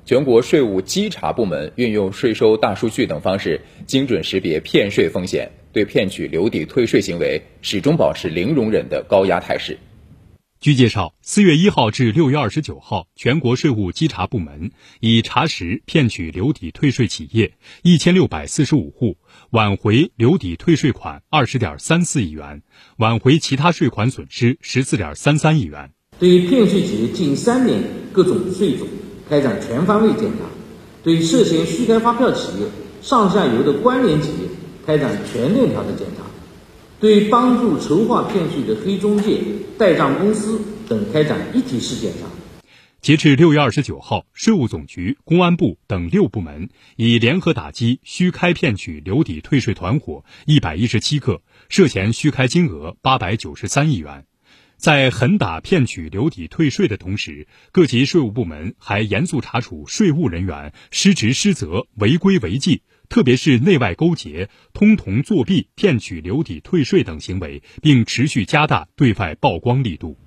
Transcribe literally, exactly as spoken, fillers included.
全国税务稽查部门运用税收大数据等方式，精准识别骗税风险，对骗取留抵退税行为始终保持零容忍的高压态势。 据介绍，四月一号至六月二十九号，全国税务稽查部门已查实骗取留抵退税企业一千六百四十五户，挽回留抵退税款二十点三四亿元，挽回其他税款损失十四点三三亿元。 对于骗税企业近三年各种税种开展全方位检查，对涉嫌虚开发票企业上下游的关联企业开展全链条的检查，对帮助筹划骗税的黑中介、代账公司等开展一体式检查。 截至六月二十九号，税务总局、公安部等六部门已联合打击虚开骗取留抵退税团伙一百一十七个，涉嫌虚开金额八百九十三亿元。在狠打骗取留抵退税的同时，各级税务部门还严肃查处税务人员失职失责、违规违纪，特别是内外勾结、通同作弊骗取留抵退税等行为，并持续加大对外曝光力度。